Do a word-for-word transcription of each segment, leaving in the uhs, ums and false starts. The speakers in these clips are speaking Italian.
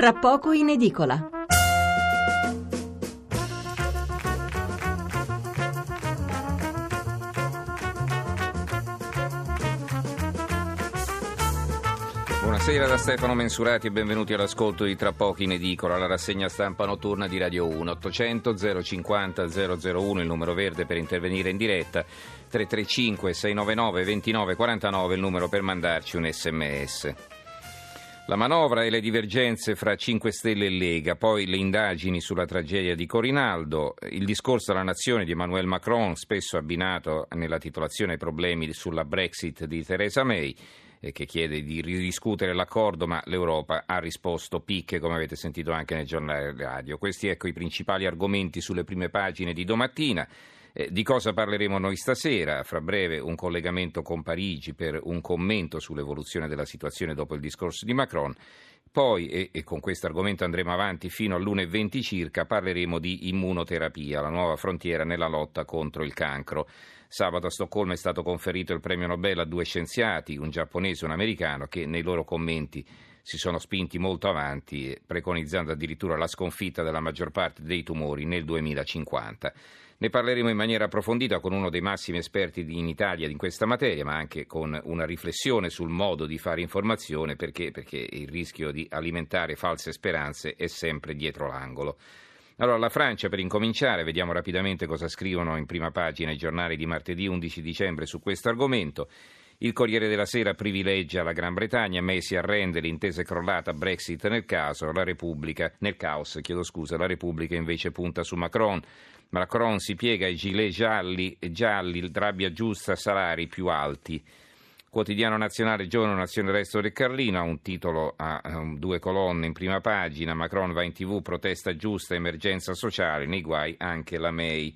tra poco in edicola. Buonasera da Stefano Mensurati e benvenuti all'ascolto di Tra pochi in edicola, la rassegna stampa notturna di Radio uno. ottocento zero cinquanta zero zero uno il numero verde per intervenire in diretta, tre tre cinque sei nove nove due nove quattro nove il numero per mandarci un sms. La manovra e le divergenze fra cinque Stelle e Lega, poi le indagini sulla tragedia di Corinaldo, il discorso alla nazione di Emmanuel Macron, spesso abbinato nella titolazione ai problemi sulla Brexit di Theresa May, che chiede di ridiscutere l'accordo, ma l'Europa ha risposto picche, come avete sentito anche nel giornale radio. Questi ecco i principali argomenti sulle prime pagine di domattina. Eh, di cosa parleremo noi stasera? Fra breve un collegamento con Parigi per un commento sull'evoluzione della situazione dopo il discorso di Macron. Poi, e, e con questo argomento andremo avanti fino all'una e venti circa, parleremo di immunoterapia, la nuova frontiera nella lotta contro il cancro. Sabato a Stoccolma è stato conferito il premio Nobel a due scienziati, un giapponese e un americano, che nei loro commenti si sono spinti molto avanti, preconizzando addirittura la sconfitta della maggior parte dei tumori nel duemilacinquanta. Ne parleremo in maniera approfondita con uno dei massimi esperti in Italia in questa materia, ma anche con una riflessione sul modo di fare informazione, perché, perché il rischio di alimentare false speranze è sempre dietro l'angolo. Allora, la Francia, per incominciare, vediamo rapidamente cosa scrivono in prima pagina i giornali di martedì undici dicembre su questo argomento. Il Corriere della Sera privilegia la Gran Bretagna, May si arrende, l'intesa è crollata, Brexit nel caso, la Repubblica, nel caos, chiedo scusa, la Repubblica invece punta su Macron. Macron si piega ai gilet gialli, gialli, rabbia giusta, salari più alti. Quotidiano Nazionale, Giorno, Nazione, Resto del Carlino, ha un titolo a um, due colonne in prima pagina, Macron va in tv, protesta giusta, emergenza sociale, nei guai anche la May.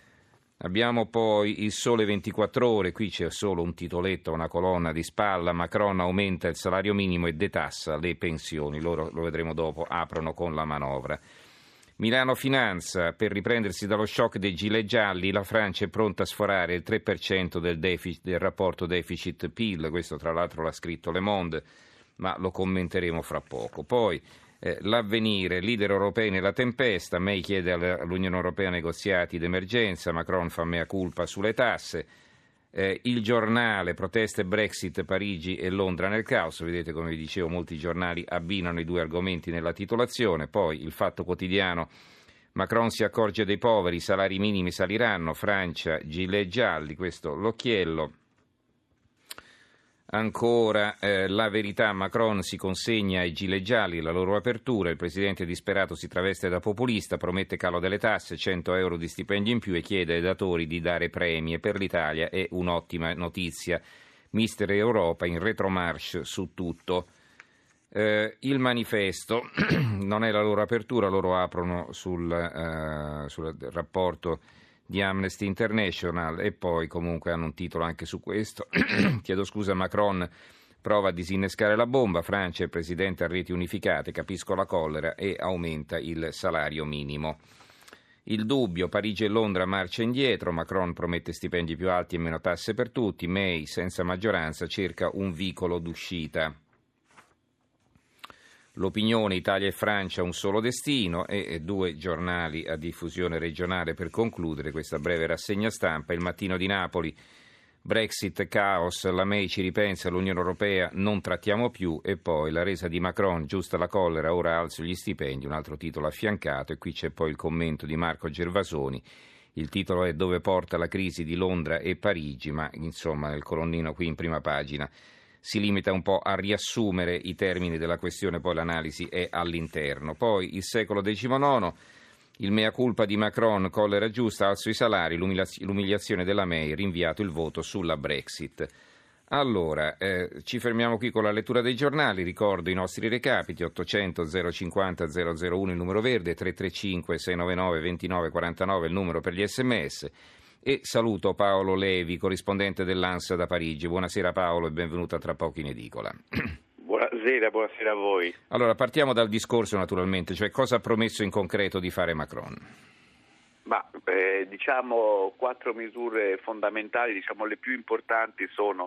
Abbiamo poi il Sole ventiquattro Ore, qui c'è solo un titoletto, una colonna di spalla, Macron aumenta il salario minimo e detassa le pensioni, loro lo vedremo dopo, aprono con la manovra. Milano Finanza, per riprendersi dallo shock dei gilet gialli, la Francia è pronta a sforare il tre per cento del, deficit, del rapporto deficit-P I L, questo tra l'altro l'ha scritto Le Monde, ma lo commenteremo fra poco. Poi eh, l'Avvenire, leader europei nella tempesta, May chiede all'Unione Europea negoziati d'emergenza, Macron fa mea culpa sulle tasse. Eh, il Giornale, proteste Brexit, Parigi e Londra nel caos, vedete come vi dicevo molti giornali abbinano i due argomenti nella titolazione. Poi il Fatto Quotidiano, Macron si accorge dei poveri, i salari minimi saliranno, Francia, gilet gialli, questo l'occhiello. Ancora eh, La Verità, Macron si consegna ai gilet gialli, la loro apertura, il presidente disperato si traveste da populista, promette calo delle tasse, cento euro di stipendi in più e chiede ai datori di dare premi, e per l'Italia è un'ottima notizia. Mister Europa in retromarche su tutto. Eh, il Manifesto, non è la loro apertura, loro aprono sul, uh, sul rapporto di Amnesty International e poi comunque hanno un titolo anche su questo. Chiedo scusa, Macron prova a disinnescare la bomba, Francia e presidente a reti unificate, capisco la collera e aumenta il salario minimo. Il Dubbio, Parigi e Londra marcia indietro, Macron promette stipendi più alti e meno tasse per tutti, May senza maggioranza cerca un vicolo d'uscita. L'Opinione, Italia e Francia un solo destino, e due giornali a diffusione regionale per concludere questa breve rassegna stampa. Il Mattino di Napoli, Brexit, caos, la May ci ripensa, l'Unione Europea non trattiamo più, e poi la resa di Macron, giusta la collera, ora alzo gli stipendi, un altro titolo affiancato, e qui c'è poi il commento di Marco Gervasoni. Il titolo è Dove porta la crisi di Londra e Parigi, ma insomma nel colonnino qui in prima pagina si limita un po' a riassumere i termini della questione, poi l'analisi è all'interno. Poi il Secolo diciannove, il mea culpa di Macron, collera giusta, alzo i salari, l'umiliaz- l'umiliazione della May, rinviato il voto sulla Brexit. Allora, eh, ci fermiamo qui con la lettura dei giornali, ricordo i nostri recapiti, ottocento zero cinquanta zero zero uno il numero verde, tre tre cinque sei nove nove due nove quattro nove il numero per gli sms. E saluto Paolo Levi, corrispondente dell'Ansa da Parigi. Buonasera Paolo e benvenuto a Tra pochi in edicola. Buonasera, buonasera a voi. Allora, partiamo dal discorso naturalmente, cioè cosa ha promesso in concreto di fare Macron? Ma eh, diciamo quattro misure fondamentali, diciamo le più importanti sono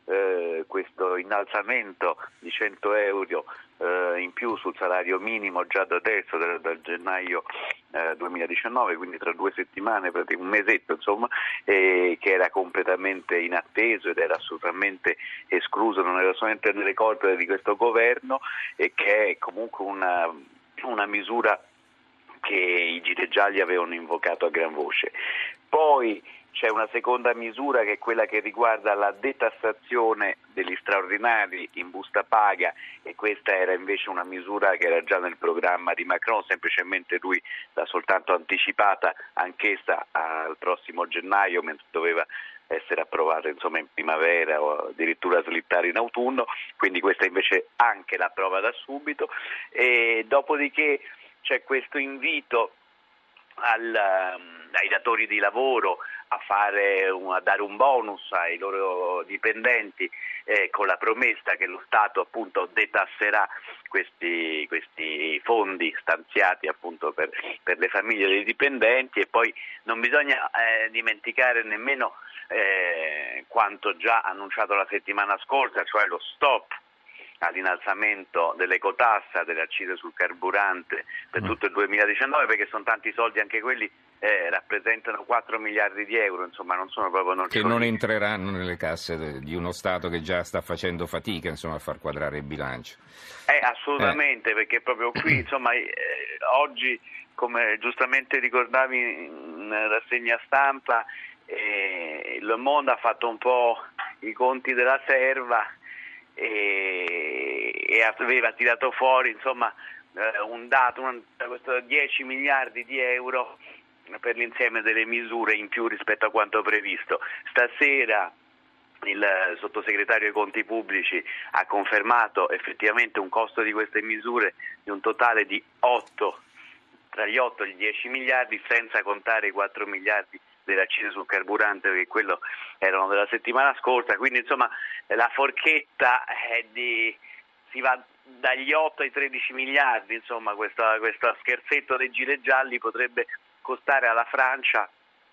eh, questo innalzamento di cento euro eh, in più sul salario minimo già da adesso, da, da gennaio eh, duemiladiciannove, quindi tra due settimane, un mesetto insomma, eh, che era completamente inatteso ed era assolutamente escluso, non era solamente nelle corde di questo governo, e che è comunque una, una misura che i giregialli avevano invocato a gran voce. Poi c'è una seconda misura che è quella che riguarda la detassazione degli straordinari in busta paga, e questa era invece una misura che era già nel programma di Macron, semplicemente lui l'ha soltanto anticipata anch'essa al prossimo gennaio, mentre doveva essere approvata insomma in primavera o addirittura slittare in autunno, quindi questa invece anche l'approva da subito. E dopodiché c'è questo invito al, ai datori di lavoro a, fare un, a dare un bonus ai loro dipendenti eh, con la promessa che lo Stato appunto detasserà questi, questi fondi stanziati appunto per, per le famiglie dei dipendenti. E poi non bisogna eh, dimenticare nemmeno eh, quanto già annunciato la settimana scorsa, cioè lo stop all'innalzamento dell'ecotassa, delle accise sul carburante per mm. tutto il duemiladiciannove, perché sono tanti soldi anche quelli, eh, rappresentano quattro miliardi di euro, insomma non sono proprio non che non entreranno nelle casse di uno Stato che già sta facendo fatica insomma a far quadrare il bilancio. Eh, assolutamente, eh. perché proprio qui insomma eh, oggi, come giustamente ricordavi in rassegna stampa, eh, Le Monde ha fatto un po' i conti della serva e, e aveva tirato fuori insomma eh, un dato, un, questo dieci miliardi di euro per l'insieme delle misure in più rispetto a quanto previsto. Stasera il sottosegretario ai conti pubblici ha confermato effettivamente un costo di queste misure di un totale di otto, tra gli otto e i dieci miliardi, senza contare i quattro miliardi delle accise sul carburante, perché quello erano della settimana scorsa. Quindi insomma la forchetta è di si va dagli otto ai tredici miliardi, insomma questo, questo scherzetto dei giregialli potrebbe costare alla Francia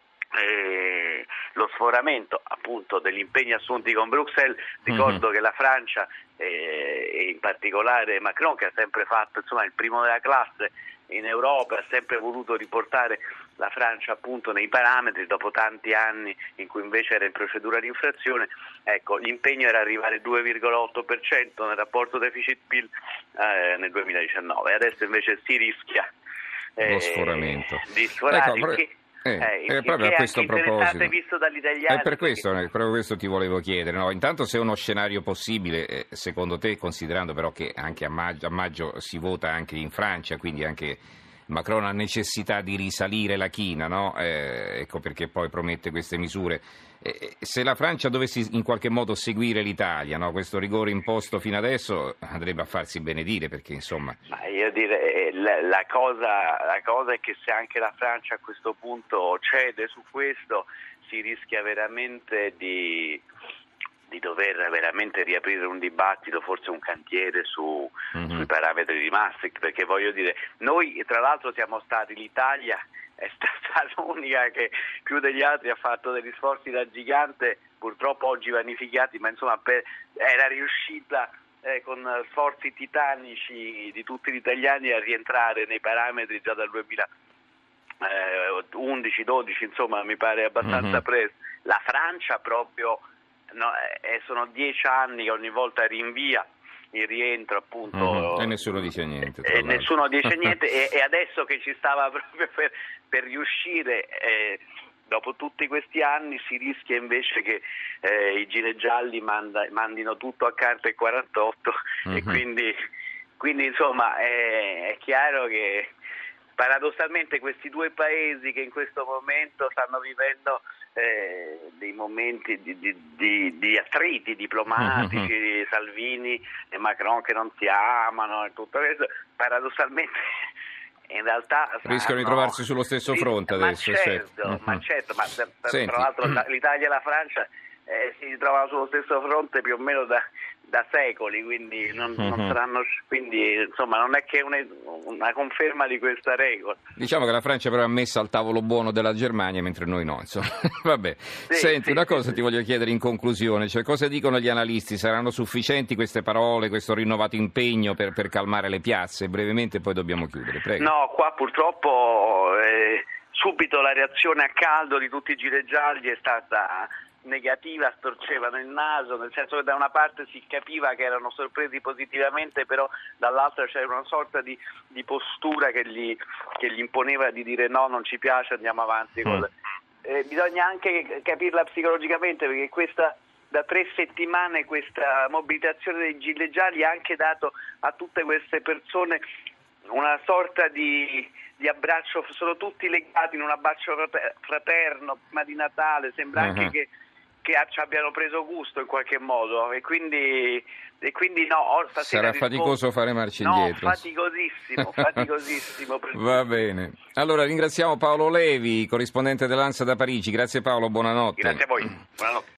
eh, lo sforamento appunto degli impegni assunti con Bruxelles. Ricordo mm-hmm. che la Francia eh, e in particolare Macron, che ha sempre fatto insomma il primo della classe in Europa, ha sempre voluto riportare la Francia appunto nei parametri dopo tanti anni in cui invece era in procedura di infrazione. Ecco, l'impegno era arrivare al due virgola otto per cento nel rapporto deficit-P I L eh, nel duemiladiciannove, adesso invece si rischia eh, lo sforamento di sforare. Ecco, che, Eh, eh, eh, proprio a questo proposito, visto dagli italiani. È per questo, perché... proprio questo ti volevo chiedere. No? Intanto, se è uno scenario possibile, eh, secondo te, considerando però che anche a maggio, a maggio si vota anche in Francia, quindi anche Macron ha necessità di risalire la china, no? eh, ecco perché poi promette queste misure. Eh, se la Francia dovesse in qualche modo seguire l'Italia, no? Questo rigore imposto fino adesso andrebbe a farsi benedire, perché insomma... Ma io direi la, la, cosa, la cosa è che se anche la Francia a questo punto cede su questo, si rischia veramente di... di dover veramente riaprire un dibattito, forse un cantiere su, mm-hmm. sui parametri di Maastricht, perché voglio dire, noi tra l'altro siamo stati, l'Italia è stata l'unica che più degli altri ha fatto degli sforzi da gigante, purtroppo oggi vanificati, ma insomma per, era riuscita eh, con sforzi titanici di tutti gli italiani a rientrare nei parametri già dal duemilaundici dodici, insomma mi pare abbastanza mm-hmm. presto. La Francia proprio... No, eh, sono dieci anni che ogni volta rinvia il rientro appunto mm-hmm. e nessuno dice niente e nessuno dice niente e, e adesso che ci stava proprio per, per riuscire eh, dopo tutti questi anni si rischia invece che eh, i giregialli manda, mandino tutto a carta e quarantotto mm-hmm. e quindi, quindi insomma è, è chiaro che paradossalmente questi due paesi che in questo momento stanno vivendo eh, dei momenti di, di, di, di attriti diplomatici, mm-hmm. Salvini e Macron che non si amano e tutto questo, paradossalmente in realtà rischiano di trovarsi sullo stesso fronte sì, adesso. Ma certo, mm-hmm. ma certo, ma tra, tra l'altro l'Italia e la Francia eh, si trovano sullo stesso fronte più o meno da, da secoli, quindi non, uh-huh. non saranno, quindi insomma non è che una, una conferma di questa regola. Diciamo che la Francia però è messa al tavolo buono della Germania, mentre noi no, insomma. Vabbè. Sì, Senti, sì, una sì, cosa sì. ti voglio chiedere in conclusione, cioè cosa dicono gli analisti? Saranno sufficienti queste parole, questo rinnovato impegno per, per calmare le piazze? Brevemente poi dobbiamo chiudere, prego. No, qua purtroppo eh, subito la reazione a caldo di tutti i gireggialli è stata negativa, storcevano il naso, nel senso che da una parte si capiva che erano sorpresi positivamente, però dall'altra c'era una sorta di, di postura che gli, che gli imponeva di dire no, non ci piace, andiamo avanti. Mm. Eh, bisogna anche capirla psicologicamente, perché questa da tre settimane questa mobilitazione dei gilet gialli ha anche dato a tutte queste persone una sorta di, di abbraccio, sono tutti legati in un abbraccio fraterno prima di Natale, sembra uh-huh. anche che che ci abbiano preso gusto in qualche modo, e quindi, e quindi no, stasera sarà rispondo, faticoso fare marcia no, indietro. faticosissimo, faticosissimo. Va bene. Allora ringraziamo Paolo Levi, corrispondente dell'Ansa da Parigi. Grazie Paolo, buonanotte. Grazie a voi, buonanotte.